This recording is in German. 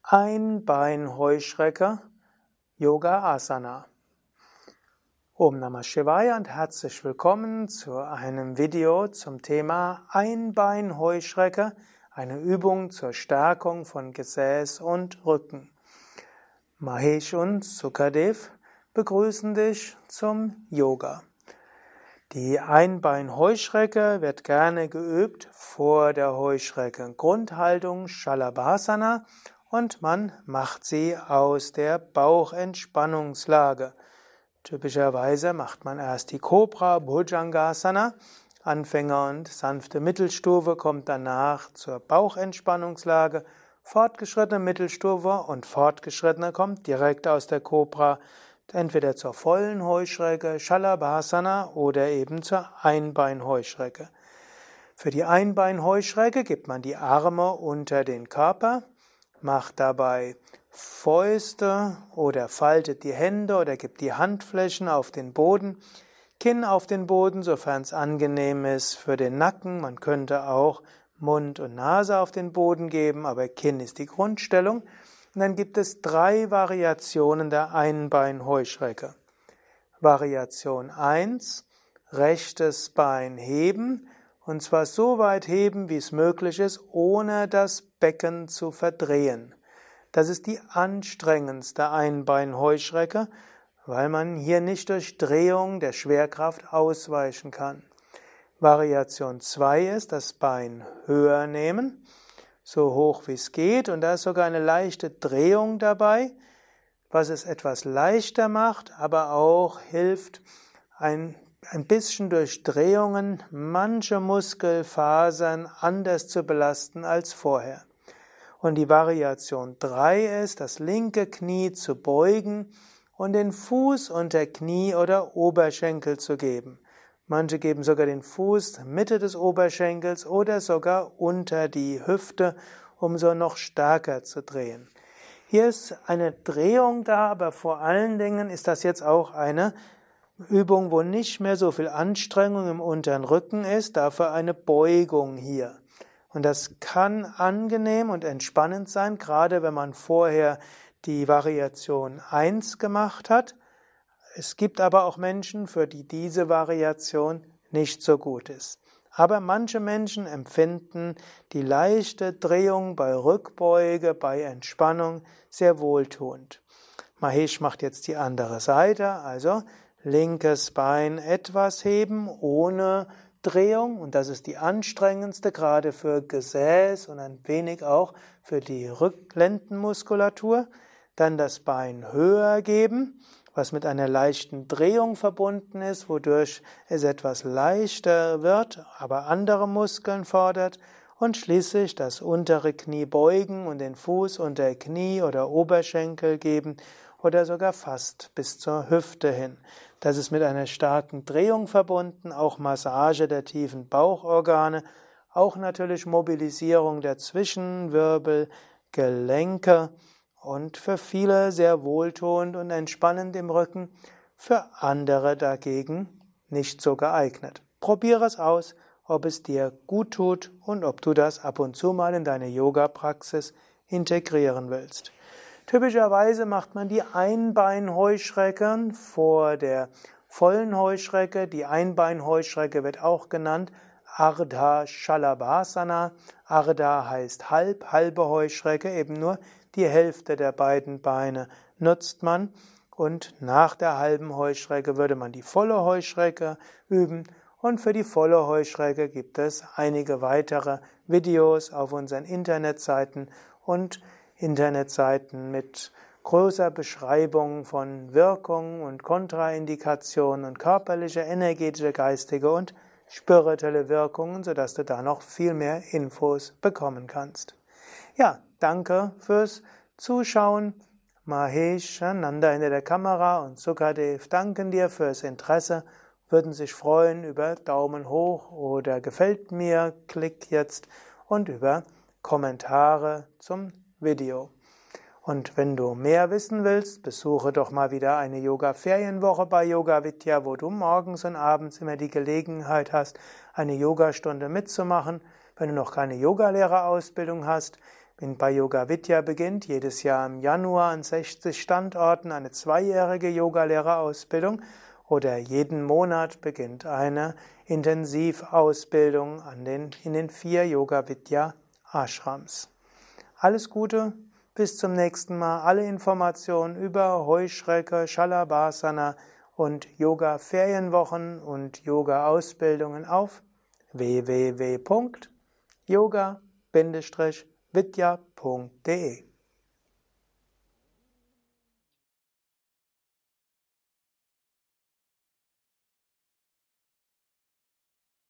Einbein-Heuschrecke, Yoga Asana. Om Namah Shivaya und herzlich willkommen zu einem Video zum Thema Einbein-Heuschrecke, eine Übung zur Stärkung von Gesäß und Rücken. Mahesh und Sukadev begrüßen dich zum Yoga. Die Einbein-Heuschrecke wird gerne geübt vor der Heuschrecke. Grundhaltung Shalabhasana und man macht sie aus der Bauchentspannungslage. Typischerweise macht man erst die Cobra Bhujangasana. Anfänger und sanfte Mittelstufe kommt danach zur Bauchentspannungslage. Fortgeschrittene Mittelstufe und Fortgeschrittene kommt direkt aus der Cobra, entweder zur vollen Heuschrecke, Shalabhasana oder eben zur Einbein-Heuschrecke. Für die Einbein-Heuschrecke gibt man die Arme unter den Körper, macht dabei Fäuste oder faltet die Hände oder gibt die Handflächen auf den Boden, Kinn auf den Boden, sofern es angenehm ist für den Nacken. Man könnte auch Mund und Nase auf den Boden geben, aber Kinn ist die Grundstellung. Und dann gibt es 3 Variationen der Einbein-Heuschrecke. Variation 1, rechtes Bein heben, und zwar so weit heben, wie es möglich ist, ohne das Becken zu verdrehen. Das ist die anstrengendste Einbein-Heuschrecke, weil man hier nicht durch Drehung der Schwerkraft ausweichen kann. Variation 2 ist, das Bein höher nehmen, so hoch wie es geht, und da ist sogar eine leichte Drehung dabei, was es etwas leichter macht, aber auch hilft, ein bisschen durch Drehungen manche Muskelfasern anders zu belasten als vorher. Und die Variation 3 ist, das linke Knie zu beugen und den Fuß unter Knie oder Oberschenkel zu geben. Manche geben sogar den Fuß Mitte des Oberschenkels oder sogar unter die Hüfte, um so noch stärker zu drehen. Hier ist eine Drehung da, aber vor allen Dingen ist das jetzt auch eine Übung, wo nicht mehr so viel Anstrengung im unteren Rücken ist, dafür eine Beugung hier. Und das kann angenehm und entspannend sein, gerade wenn man vorher die Variation 1 gemacht hat. Es gibt aber auch Menschen, für die diese Variation nicht so gut ist. Aber manche Menschen empfinden die leichte Drehung bei Rückbeuge, bei Entspannung sehr wohltuend. Mahesh macht jetzt die andere Seite, also linkes Bein etwas heben, ohne Drehung. Und das ist die anstrengendste, gerade für Gesäß und ein wenig auch für die Rücklendenmuskulatur. Dann das Bein höher geben, was mit einer leichten Drehung verbunden ist, wodurch es etwas leichter wird, aber andere Muskeln fordert. Und schließlich das untere Knie beugen und den Fuß unter Knie oder Oberschenkel geben oder sogar fast bis zur Hüfte hin. Das ist mit einer starken Drehung verbunden, auch Massage der tiefen Bauchorgane, auch natürlich Mobilisierung der Zwischenwirbel, Gelenke, und für viele sehr wohltuend und entspannend im Rücken, für andere dagegen nicht so geeignet. Probiere es aus, ob es dir gut tut und ob du das ab und zu mal in deine Yoga-Praxis integrieren willst. Typischerweise macht man die Einbein-Heuschrecke vor der vollen Heuschrecke. Die Einbein-Heuschrecke wird auch genannt Ardha Shalabhasana. Ardha heißt halbe Heuschrecke, eben nur die Hälfte der beiden Beine nutzt man, und nach der halben Heuschrecke würde man die volle Heuschrecke üben, und für die volle Heuschrecke gibt es einige weitere Videos auf unseren Internetseiten und Internetseiten mit großer Beschreibung von Wirkung und Kontraindikationen und körperliche, energetische, geistige und spirituelle Wirkungen, sodass du da noch viel mehr Infos bekommen kannst. Ja, danke fürs Zuschauen. Mahesh, Nanda hinter der Kamera und Sukadev danken dir fürs Interesse, würden sich freuen über Daumen hoch oder gefällt mir, klick jetzt, und über Kommentare zum Video. Und wenn du mehr wissen willst, besuche doch mal wieder eine Yoga-Ferienwoche bei Yoga Vidya, wo du morgens und abends immer die Gelegenheit hast, eine Yogastunde mitzumachen. Wenn du noch keine Yogalehrerausbildung hast, Bei Yoga Vidya beginnt jedes Jahr im Januar an 60 Standorten eine zweijährige Yogalehrerausbildung oder jeden Monat beginnt eine Intensivausbildung in den 4 Yoga Vidya Ashrams. Alles Gute, bis zum nächsten Mal. Alle Informationen über Heuschrecke, Shalabhasana und Yoga-Ferienwochen und Yoga-Ausbildungen auf www.yoga-vidya.de